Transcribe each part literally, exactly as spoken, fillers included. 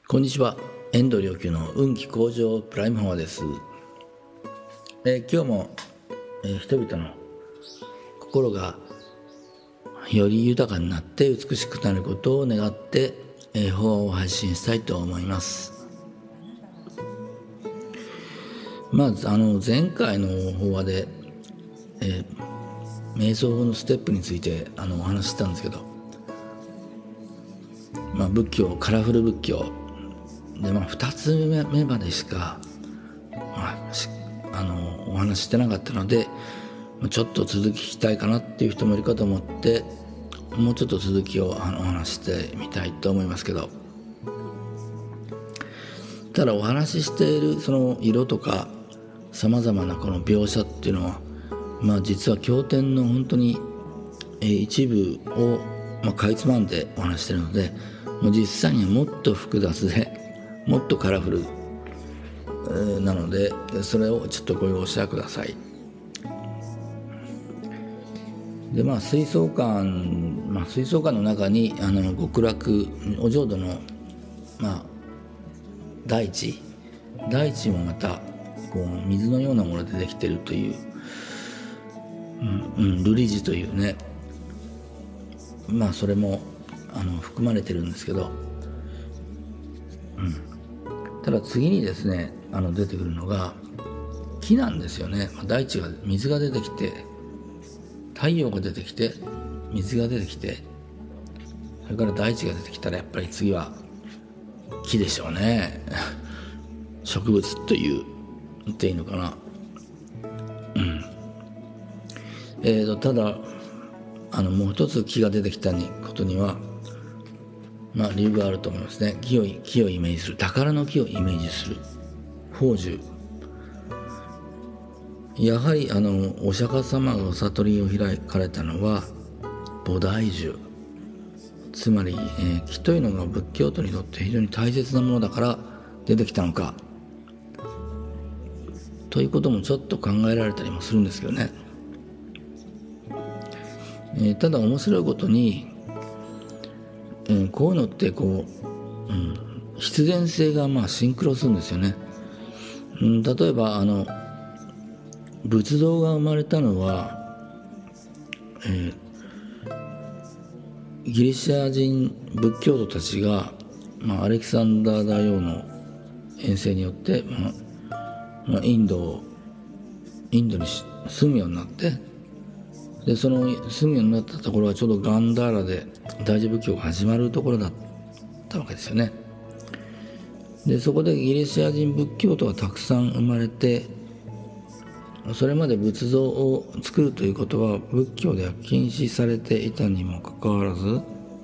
こんにちは。遠藤良久の運気向上プライムフォアです。えー今日も、えー人々の心がより豊かになって美しくなることを願って、えー、法話を配信したいと思います。まずあの前回の法話で、えー瞑想法のステップについてあのお話ししたんですけど、まあ、仏教カラフル仏教で、まあ、ふたつめまでしか、まあ、しあのお話ししてなかったので、ちょっと続き聞きたいかなっていう人もいるかと思って、もうちょっと続きをあのお話ししてみたいと思いますけど、ただお話ししているその色とかさまざまなこの描写っていうのは、まあ、実は経典の本当に、えー一部を、まあ、かいつまんでお話しているので、もう実際にはもっと複雑でもっとカラフル、えーなのでそれをちょっとご容赦ください。でまあ水槽館、まあ、水槽館の中にあの極楽お浄土の、まあ、大地大地もまたこう水のようなものでできているという、うんうん、瑠璃地というね、まあそれもあの含まれてるんですけど、うん、ただ次にですねあの出てくるのが木なんですよね。まあ、大地が水が出てきて太陽が出てきて水が出てきて、それから大地が出てきたらやっぱり次は木でしょうね植物という言っていいのかな。うんえーとただあのもう一つ木が出てきたことには、まあ、理由があると思いますね。木を木をイメージする、宝の木をイメージする宝珠。やはりあのお釈迦様がお悟りを開かれたのは菩提樹、つまり、えー、木というのが仏教徒にとって非常に大切なものだから出てきたのかということもちょっと考えられたりもするんですけどね。えー、ただ面白いことに、えー、こういうのってこう、うん、必然性がまあシンクロするんですよね。うん、例えばあの仏像が生まれたのは、えー、ギリシャ人仏教徒たちが、まあ、アレキサンダー大王の遠征によって、まあまあ、インドをインドに住むようになって、でその住むようになったところはちょうどガンダーラで大乗仏教が始まるところだったわけですよね。でそこでギリシャ人仏教徒がたくさん生まれて、それまで仏像を作るということは仏教では禁止されていたにもかかわらず、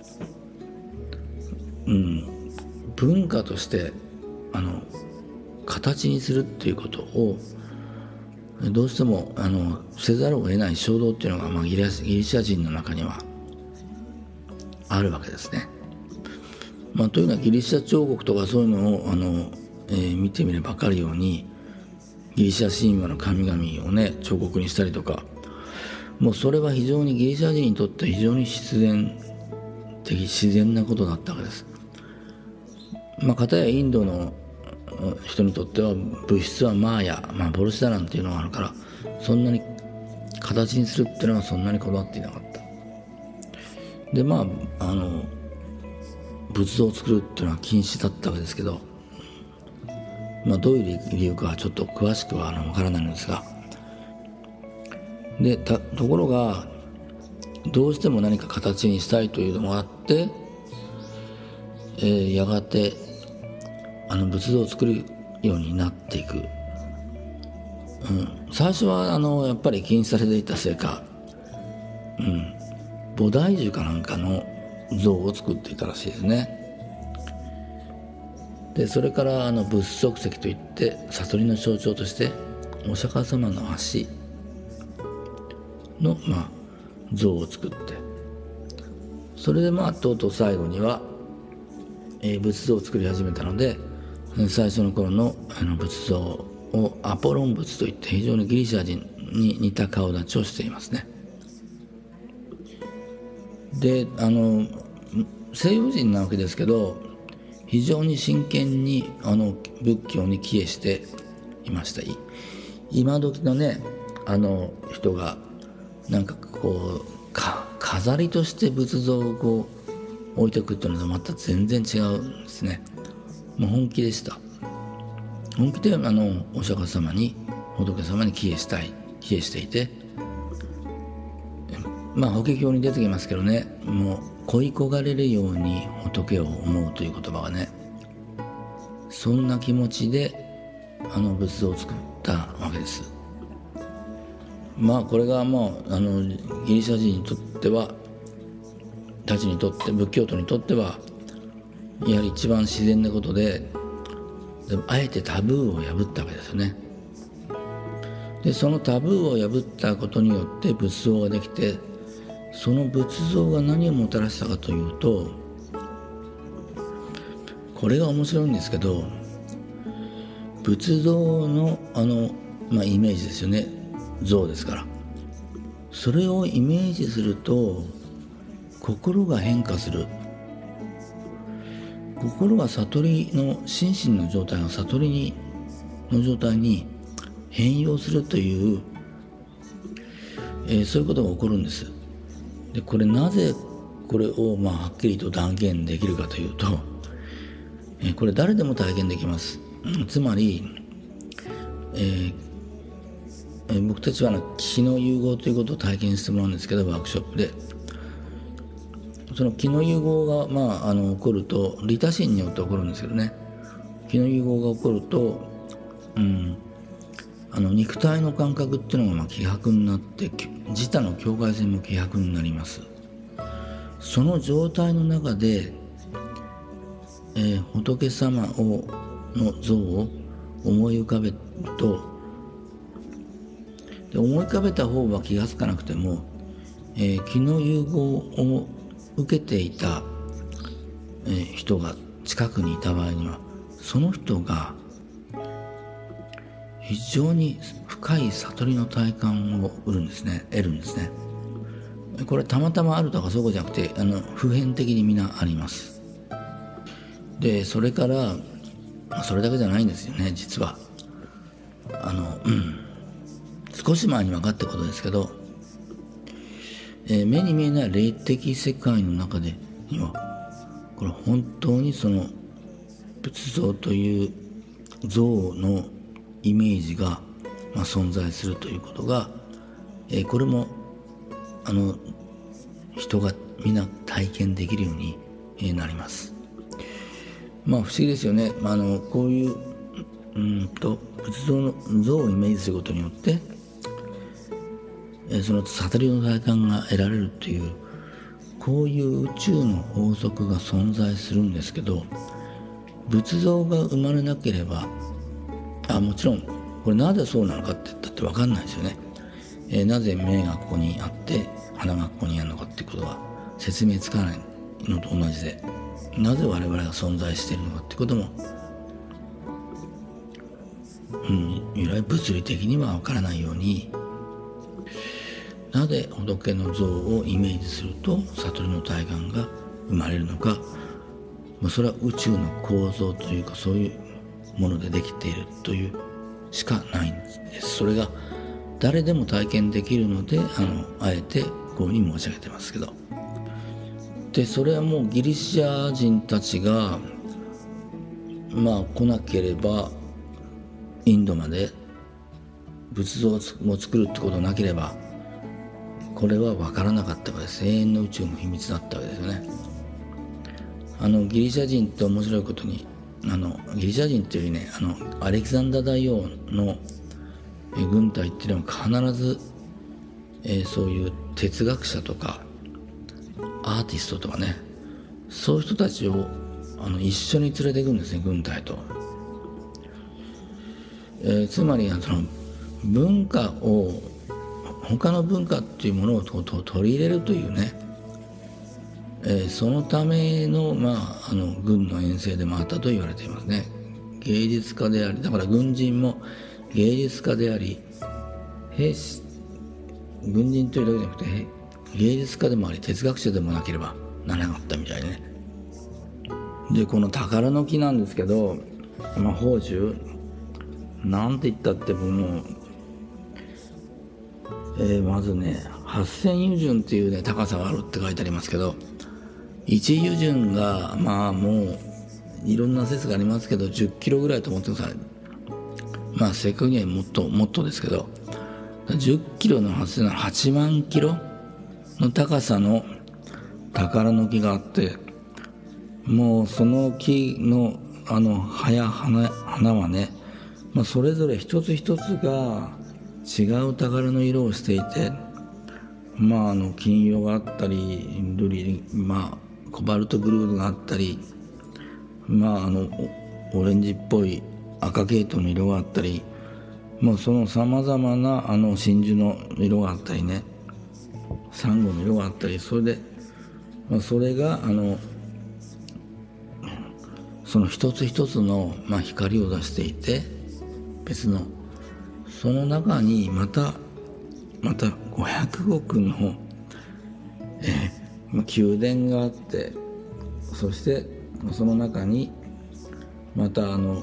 うん、文化としてあの形にするっていうことをどうしてもあのせざるを得ない衝動っていうのが、まあ、ギリシギリシャ人の中にはあるわけですね。まあ、というのはギリシャ彫刻とかそういうのをあの、えー見てみれば分かるように、ギリシャ神話の神々をね彫刻にしたりとか、もうそれは非常にギリシャ人にとって非常に必然的自然なことだったわけです。まあ片やインドの人にとっては物質はマーヤ、まあ、ボルシダランっていうのがあるから、そんなに形にするっていうのはそんなにこだわっていなかった。でまああの仏像を作るっていうのは禁止だったわけですけど、まあ、どういう理由かはちょっと詳しくはわからないのですが、でたところがどうしても何か形にしたいというのがあって、えー、やがてあの仏像を作るようになっていく、うん、最初はあのやっぱり禁止されていたせいか、うん、菩提樹かなんかの像を作っていたらしいですね。でそれからあの仏足石といって悟りの象徴としてお釈迦様の足の、まあ、像を作って、それでまあとうとう最後には、えー、仏像を作り始めたので、最初の頃のあの仏像をアポロン仏といって非常にギリシャ人に似た顔立ちをしていますね。であの西洋人なわけですけど、 非常に真剣にあの仏教に帰依していました。今時のねあの人がなんかこうか飾りとして仏像をこう置いておくっていうのとまた全然違うんですね。もう本気でした。本気であのお釈迦様に仏様に帰依したい帰依していて、まあ法華経に出てきますけどね、もう恋焦がれるように仏を思うという言葉がね、そんな気持ちであの仏像を作ったわけです。まあこれがもうあのギリシャ人にとってはたちにとって仏教徒にとってはやはり一番自然なことで、でもあえてタブーを破ったわけですよね。でそのタブーを破ったことによって仏像ができて、その仏像が何をもたらしたかというと、これが面白いんですけど、仏像のあの、まあ、イメージですよね。像ですから、それをイメージすると心が変化する。心が悟りの心身の状態が悟りにの状態に変容するという、えー、そういうことが起こるんです。でこれなぜこれをまあはっきりと断言できるかというと、えー、これ誰でも体験できます。つまり、えーえー、僕たちは気の融合ということを体験してもらうんですけど、ワークショップでその気の融合が、まあ、あの起こると利他心によって起こるんですけどね、気の融合が起こると、うん、あの肉体の感覚っていうのがまあ希薄になって自他の境界線も希薄になります。その状態の中で、えー、仏様をの像を思い浮かべると、で思い浮かべた方は気がつかなくても、えー、気の融合を受けていた、えー、人が近くにいた場合には、その人が非常に深い悟りの体感を得るんですね得るんですね。これたまたまあるとかそういうことじゃなくて、あの普遍的にみんなあります。でそれからそれだけじゃないんですよね。実はあの、うん、少し前に分かったことですけど、えー、目に見えない霊的世界の中でには、これ本当にその仏像という像のイメージが、まあ、存在するということが、えー、これもあの人がみんな体験できるようになります。まあ不思議ですよね。あのこういううんと仏像の像をイメージすることによって、えー、その悟りの体感が得られるという、こういう宇宙の法則が存在するんですけど、仏像が生まれなければ、あもちろんこれなぜそうなのかって言ったって分かんないですよね。えー、なぜ目がここにあって鼻がここにあるのかっていうことは説明つかないのと同じで、なぜ我々が存在しているのかってことも、うん、由来物理的には分からないように、なぜ仏の像をイメージすると悟りの体感が生まれるのか、それは宇宙の構造というかそういうものでできているというしかないんです。それが誰でも体験できるので、あのあえてこういうふうに申し上げてますけど、でそれはもうギリシャ人たちがまあ来なければ、インドまで仏像を作るってことがなければ、これは分からなかったわけです。永遠の宇宙の秘密だったわけですよね。あのギリシャ人って面白いことに、あのギリシャ人っていうよりね、あのアレキサンダー大王の軍隊っていうのは必ず、えー、そういう哲学者とかアーティストとかね、そういう人たちをあの一緒に連れていくんですね、軍隊と。えー、つまりその文化を他の文化っていうものをとと取り入れるというね、えー、そのための、まあ、あの軍の遠征でもあったと言われていますね。芸術家であり、だから軍人も芸術家であり、兵士軍人というだけじゃなくて芸術家でもあり哲学者でもなければならなかったみたいでね、 でこの宝の木なんですけど、まあ、宝珠なんて言ったってもう、えー、まずねはっせんユジュンっていうね高さがあるって書いてありますけど、いちユジュンがまあもういろんな説がありますけどじゅっキロぐらいと思ってください。まあ正確にはもっともっとですけど、じゅっキロのはっせんならはちまんキロの高さの宝の木があって、もうその木のあの葉や 花, 花はね、まあ、それぞれ一つ一つが違う宝の色をしていて、まああの金色があったり瑠璃、まあコバルトブルーがあったり、まああのオレンジっぽい赤系統の色があったり、まあ、そのさまざまなあの真珠の色があったりね、サンゴの色があったり、それで、まあ、それがあのその一つ一つの、まあ、光を出していて、別のその中にまたまたごひゃくおくの、えーまあ、宮殿があって、そしてその中にまたあの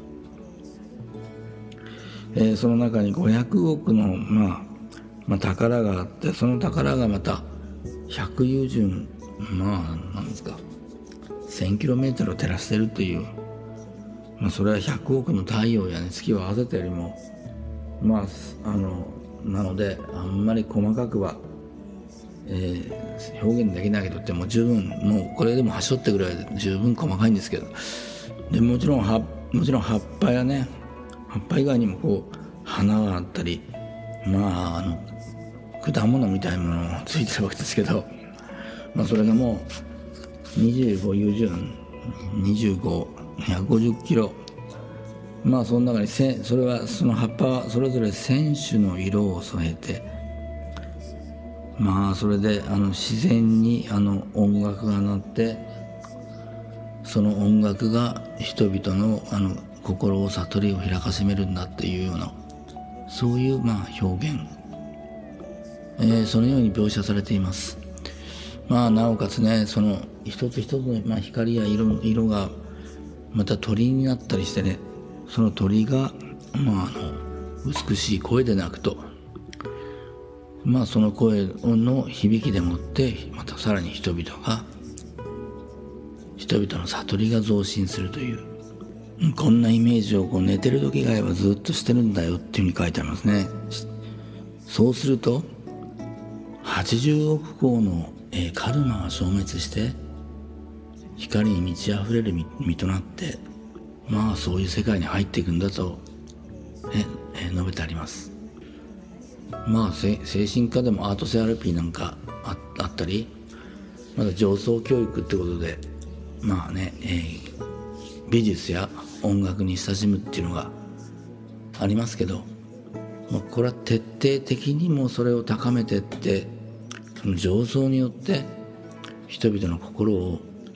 えー、その中にごひゃくおくの、まあ、まあ宝があって、その宝がまたひゃくユジュン、まあなんですか せんキロメートル を照らしているという、まあ、それはひゃくおくの太陽や、ね、月を合わせたよりもまああのなのであんまり細かくは、えー、表現できないけどってもう十分、もうこれでもはしょってぐらいで十分細かいんですけど、でもちろん葉もちろん葉っぱやね、葉っぱ以外にもこう花があったり、まああの果物みたいなものがついてるわけですけど、まあそれがもうにじゅうごユジュン、にじゅうご、ひゃくごじゅっキロ、まあその中にせそれはその葉っぱはそれぞれせん種の色を添えて、まあそれであの自然にあの音楽が鳴って、その音楽が人々のあの心を悟りを開かしめるんだっていうような、そういうまあ表現、えー、そのように描写されています。まあなおかつね、その一つ一つの、まあ、光や 色, 色がまた鳥になったりしてね、その鳥がまああの美しい声で鳴くと、まあその声の響きでもってまたさらに人々が人々の悟りが増進するという、こんなイメージをこう寝てる時以外はずっとしてるんだよっていうふうに書いてありますね。そうするとはちじゅうおくこうの、えー、カルマが消滅して光に満ち溢れる身となって、まあそういう世界に入っていくんだと、ええー、述べてあります。まあ精神科でもアートセラピーなんか あ, あったり、まだ上層教育ってことでまあね、えー、美術や音楽に親しむっていうのがありますけど、まあ、これは徹底的にもそれを高めていって、その上層によって人々の心を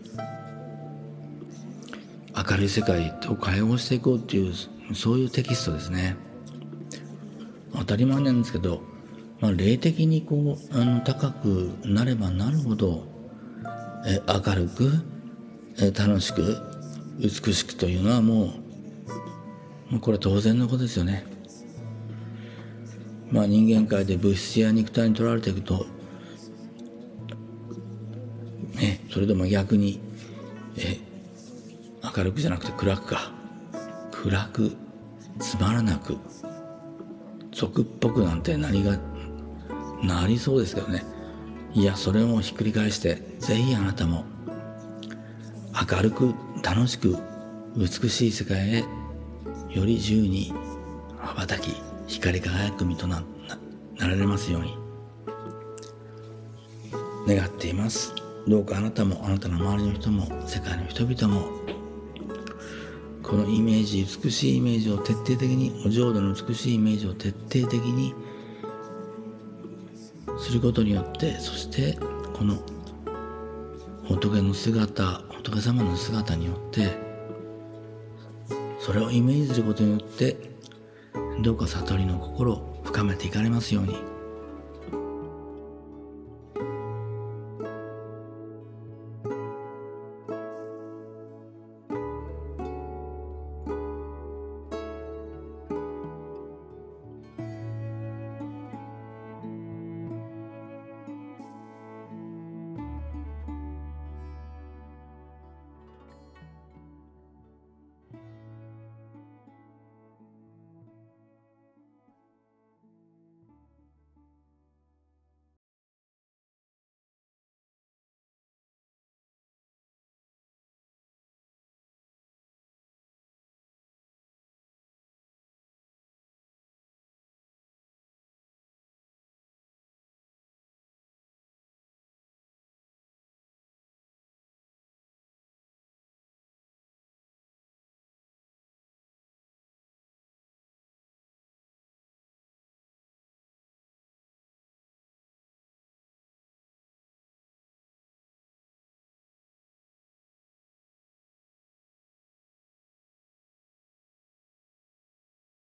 明るい世界と解放していこうっていう、そういうテキストですね。当たり前なんですけど、まあ、霊的にこうあの高くなればなるほどえ明るくえ楽しく美しくというのはもう、もうこれは当然のことですよね。まあ人間界で物質や肉体にとられていくと、ね、それでも逆にえ明るくじゃなくて暗くか、暗くつまらなく俗っぽくなんて何がなりそうですけどね。いや、それもひっくり返して、ぜひあなたも明るく楽しく美しい世界へより自由に羽ばたき光り輝く身と な, な, なられますように願っています。どうかあなたもあなたの周りの人も世界の人々もこのイメージ、美しいイメージを徹底的に、お浄土の美しいイメージを徹底的にすることによって、そしてこの仏の姿、仏様の姿によってそれをイメージすることによって、どうか悟りの心を深めていかれますように。